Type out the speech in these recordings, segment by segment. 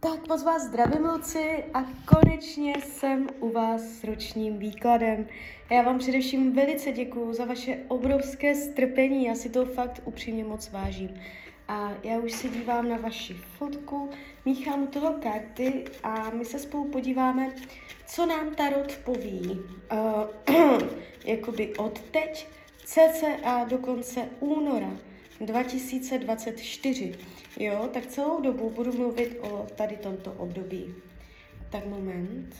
Tak moc vás zdravím, Luci, a konečně jsem u vás s ročním výkladem. Já vám především velice děkuju za vaše obrovské strpení, já si to fakt upřímně moc vážím. A já už se dívám na vaši fotku, míchám u toho karty a my se spolu podíváme, co nám Tarot poví. Jakoby od teď, cca do konce února 2024. Jo, tak celou dobu budu mluvit o tady tomto období. Tak moment.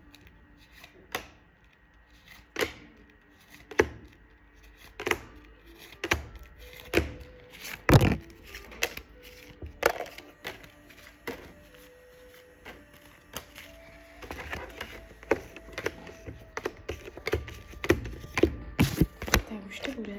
Tak už to bude.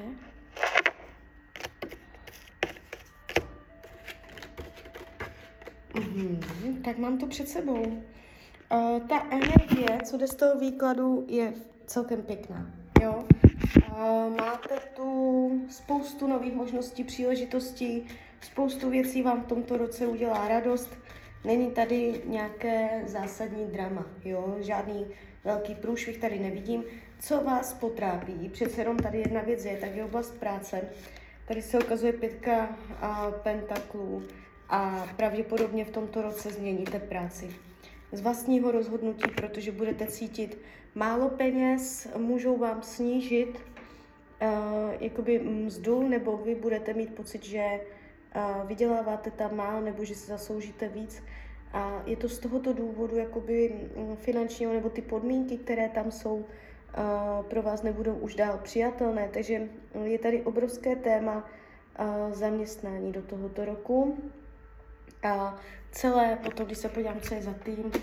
Tak mám to před sebou. Ta energie, co jde z toho výkladu, je celkem pěkná. Jo? Máte tu spoustu nových možností, příležitostí, spoustu věcí vám v tomto roce udělá radost. Není tady nějaké zásadní drama, jo? Žádný velký průšvih tady nevidím. Co vás potrápí? Přece jenom tady jedna věc je, tak je oblast práce. Tady se ukazuje 5 pentaklů a pravděpodobně v tomto roce změníte práci. Z vlastního rozhodnutí, protože budete cítit málo peněz, můžou vám snížit jakoby mzdu, nebo vy budete mít pocit, že vyděláváte tam málo, nebo že si zasloužíte víc. A je to z tohoto důvodu jakoby finančního, nebo ty podmínky, které tam jsou, pro vás nebudou už dál přijatelné. Takže je tady obrovské téma zaměstnání do tohoto roku. A celé, potom, když se podívám, co je za tým,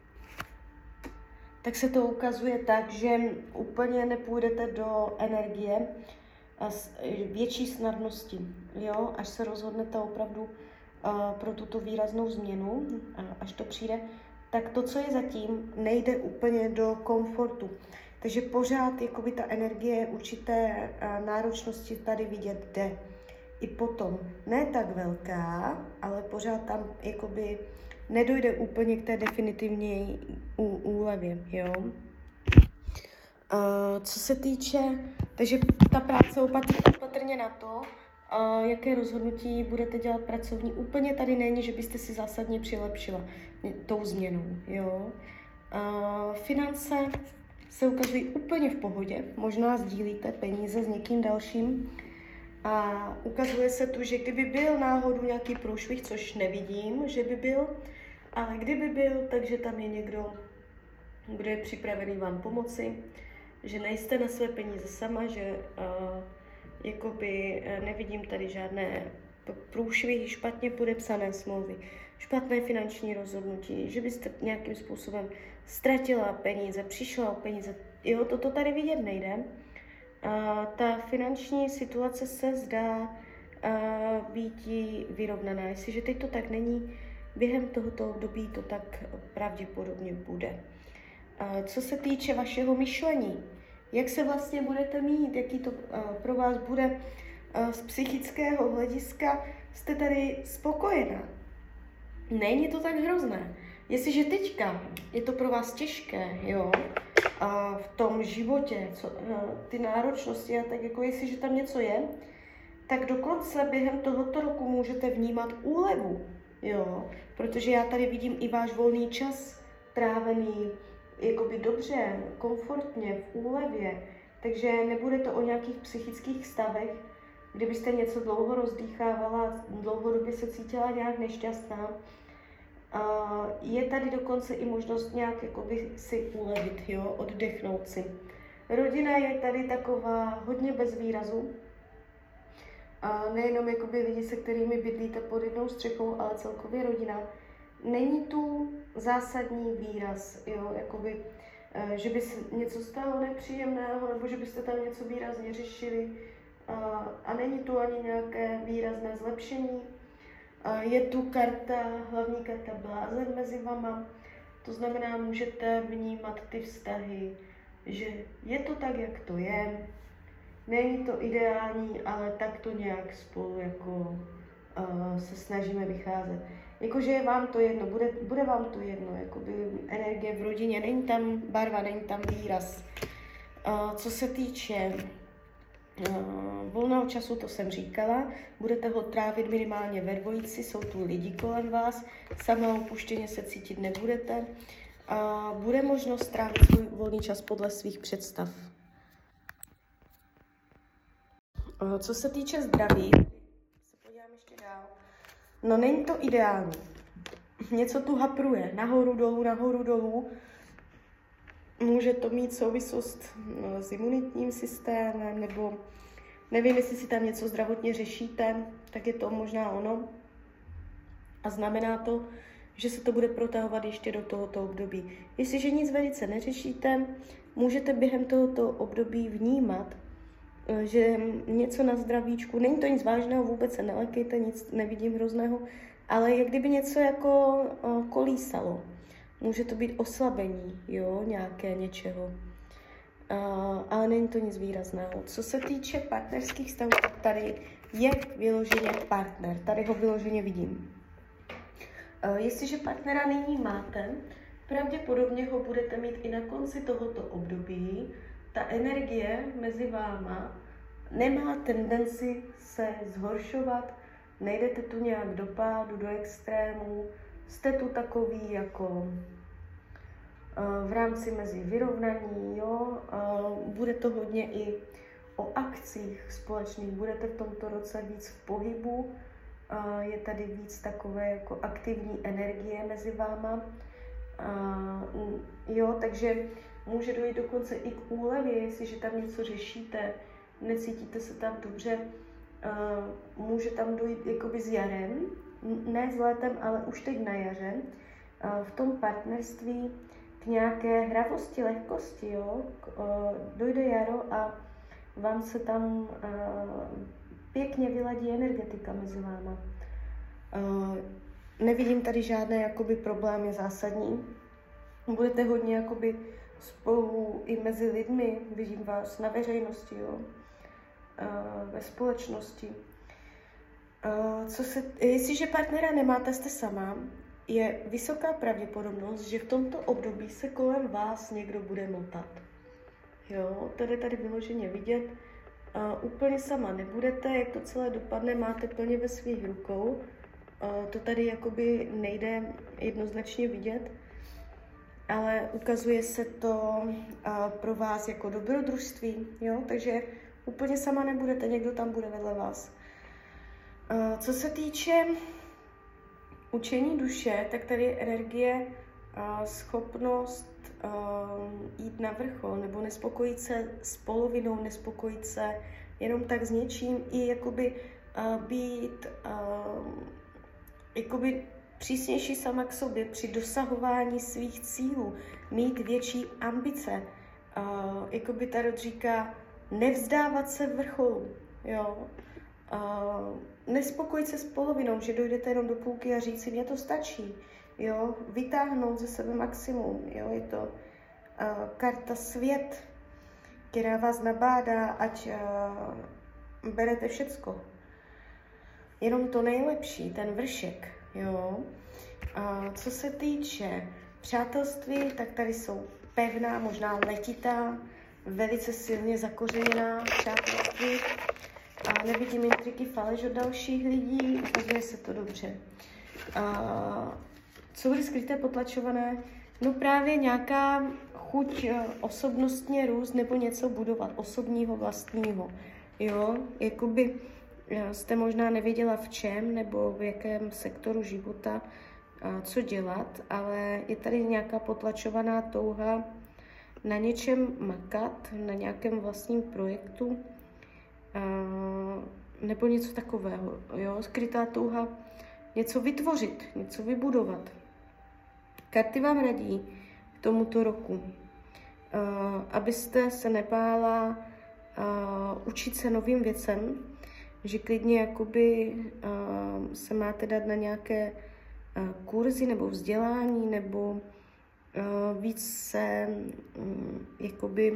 tak se to ukazuje tak, že úplně nepůjdete do energie a větší snadnosti, jo? Až se rozhodnete opravdu pro tuto výraznou změnu, až to přijde, tak to, co je zatím, nejde úplně do komfortu. Takže pořád jakoby ta energie určité náročnosti tady vidět jde. I potom, ne tak velká, ale pořád tam jakoby nedojde úplně k té definitivní úlevě, jo. Co se týče, takže ta práce opatrně na to, jaké rozhodnutí budete dělat pracovní. Úplně tady není, že byste si zásadně přilepšila tou změnou, jo. Finance se ukazují úplně v pohodě, možná sdílíte peníze s někým dalším, a ukazuje se tu, že kdyby byl náhodou nějaký průšvih, což nevidím, že by byl, ale kdyby byl, takže tam je někdo, kdo je připravený vám pomoci, že nejste na své peníze sama, že jakoby nevidím tady žádné průšvihy, špatně podepsané smlouvy, špatné finanční rozhodnutí, že byste nějakým způsobem ztratila peníze, přišla o peníze. Jo, toto tady vidět nejde. Ta finanční situace se zdá být vyrovnaná. Jestliže teď to tak není, během tohoto období to tak pravděpodobně bude. Co se týče vašeho myšlení, jak se vlastně budete mít, jaký to pro vás bude z psychického hlediska, jste tady spokojená. Není to tak hrozné. Jestliže teďka je to pro vás těžké, jo, v tom životě, ty náročnosti a tak jako jestliže tam něco je, tak dokonce během tohoto roku můžete vnímat úlevu, jo, protože já tady vidím i váš volný čas trávený jakoby dobře, komfortně, v úlevě, takže nebude to o nějakých psychických stavech, kdybyste něco dlouho rozdýchávala, dlouhodobě se cítila nějak nešťastná. Je tady dokonce i možnost nějak jakoby si ulevit, jo, oddechnout si. Rodina je tady taková hodně bez výrazu. Nejenom jakoby lidi, se kterými bydlíte pod jednou střechou, ale celkově rodina. Není tu zásadní výraz, jo, jakoby, že by se něco stalo nepříjemného, nebo že byste tam něco výrazně řešili. A není tu ani nějaké výrazné zlepšení. Je tu hlavní karta blázen mezi vama, to znamená, můžete vnímat ty vztahy, že je to tak, jak to je, není to ideální, ale tak to nějak spolu jako se snažíme vycházet. jakože je vám to jedno, bude vám to jedno, jakoby energie v rodině, není tam barva, není tam výraz. Co se týče volného času, to jsem říkala, budete ho trávit minimálně ve dvojici, jsou tu lidi kolem vás, samoopuštěně se cítit nebudete. Bude možnost trávit svůj volný čas podle svých představ. Co se týče zdraví, se podívám ještě dál. No není to ideální. Něco tu hapruje, nahoru dolů. Může to mít souvislost s imunitním systémem, nebo nevím, jestli si tam něco zdravotně řešíte, tak je to možná ono. A znamená to, že se to bude protahovat ještě do tohoto období. Jestliže nic velice neřešíte, můžete během tohoto období vnímat, že něco na zdravíčku, není to nic vážného, vůbec se nelekejte, nic nevidím hrozného, ale jak kdyby něco jako kolísalo. Může to být oslabení, jo, nějaké něčeho. Ale není to nic výrazného. Co se týče partnerských vztahů, tak tady je vyloženě partner. Tady ho vyloženě vidím. Jestliže partnera nyní máte, pravděpodobně ho budete mít i na konci tohoto období. Ta energie mezi váma nemá tendenci se zhoršovat, nejdete tu nějak do pádu, do extrému, jste tu takový jako v rámci mezi vyrovnaní, jo? Bude to hodně i o akcích společných, budete v tomto roce víc v pohybu, je tady víc takové jako aktivní energie mezi váma, jo, takže může dojít dokonce i k úlevě, jestliže tam něco řešíte, necítíte se tam dobře, může tam dojít jakoby s jarem, ne s létem, ale už teď na jaře, v tom partnerství k nějaké hravosti, lehkosti, jo, dojde jaro a vám se tam pěkně vyladí energetika mezi váma. Nevidím tady žádné jakoby problémy zásadní. Budete hodně jakoby spolu i mezi lidmi, vidím vás na veřejnosti, jo, ve společnosti. Jestliže partnera nemáte, jste sama, je vysoká pravděpodobnost, že v tomto období se kolem vás někdo bude motat. Jo, tady vyloženě vidět. Úplně sama nebudete, jak to celé dopadne, máte plně ve svých rukou. To tady jakoby nejde jednoznačně vidět, ale ukazuje se to pro vás jako dobrodružství, jo? Takže úplně sama nebudete, někdo tam bude vedle vás. Co se týče učení duše, tak tady je energie, schopnost jít na vrchol, nebo nespokojit se s polovinou, nespokojit se jenom tak s něčím, i jakoby být jakoby přísnější sama k sobě při dosahování svých cílů, mít větší ambice. Jakoby Tarot říká, nevzdávat se vrcholu, jo. Nespokojit se s polovinou, že dojdete jenom do půlky a říct si, mně to stačí, jo. Vytáhnout ze sebe maximum, jo. Je to karta svět, která vás nabádá, ať berete všecko. Jenom to nejlepší, ten vršek, jo. Co se týče přátelství, tak tady jsou pevná, možná letitá, velice silně zakořeněná přátelství. Nevidím intriky, faleš od dalších lidí, ukazuje se to dobře. Co bude skryté, potlačované? No právě nějaká chuť osobnostně růst nebo něco budovat, osobního, vlastního. Jo, jakoby jste možná nevěděla v čem nebo v jakém sektoru života, co dělat, ale je tady nějaká potlačovaná touha na něčem makat, na nějakém vlastním projektu, nebo něco takového, jo, skrytá touha něco vytvořit, něco vybudovat. Karty vám radí k tomuto roku, abyste se nebála učit se novým věcem, že klidně jakoby se máte dát na nějaké kurzy nebo vzdělání, nebo víc se jakoby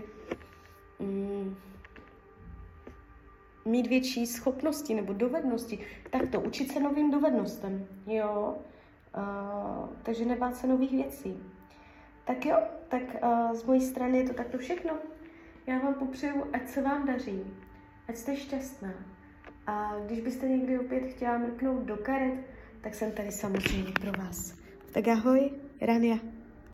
mít větší schopnosti nebo dovednosti. Tak to, učit se novým dovednostem, jo. Takže nebát se nových věcí. Tak jo, tak z mojí strany je to takto všechno. Já vám popřeju, ať se vám daří, ať jste šťastná. A když byste někdy opět chtěla mrknout do karet, tak jsem tady samozřejmě pro vás. Tak ahoj, Rania.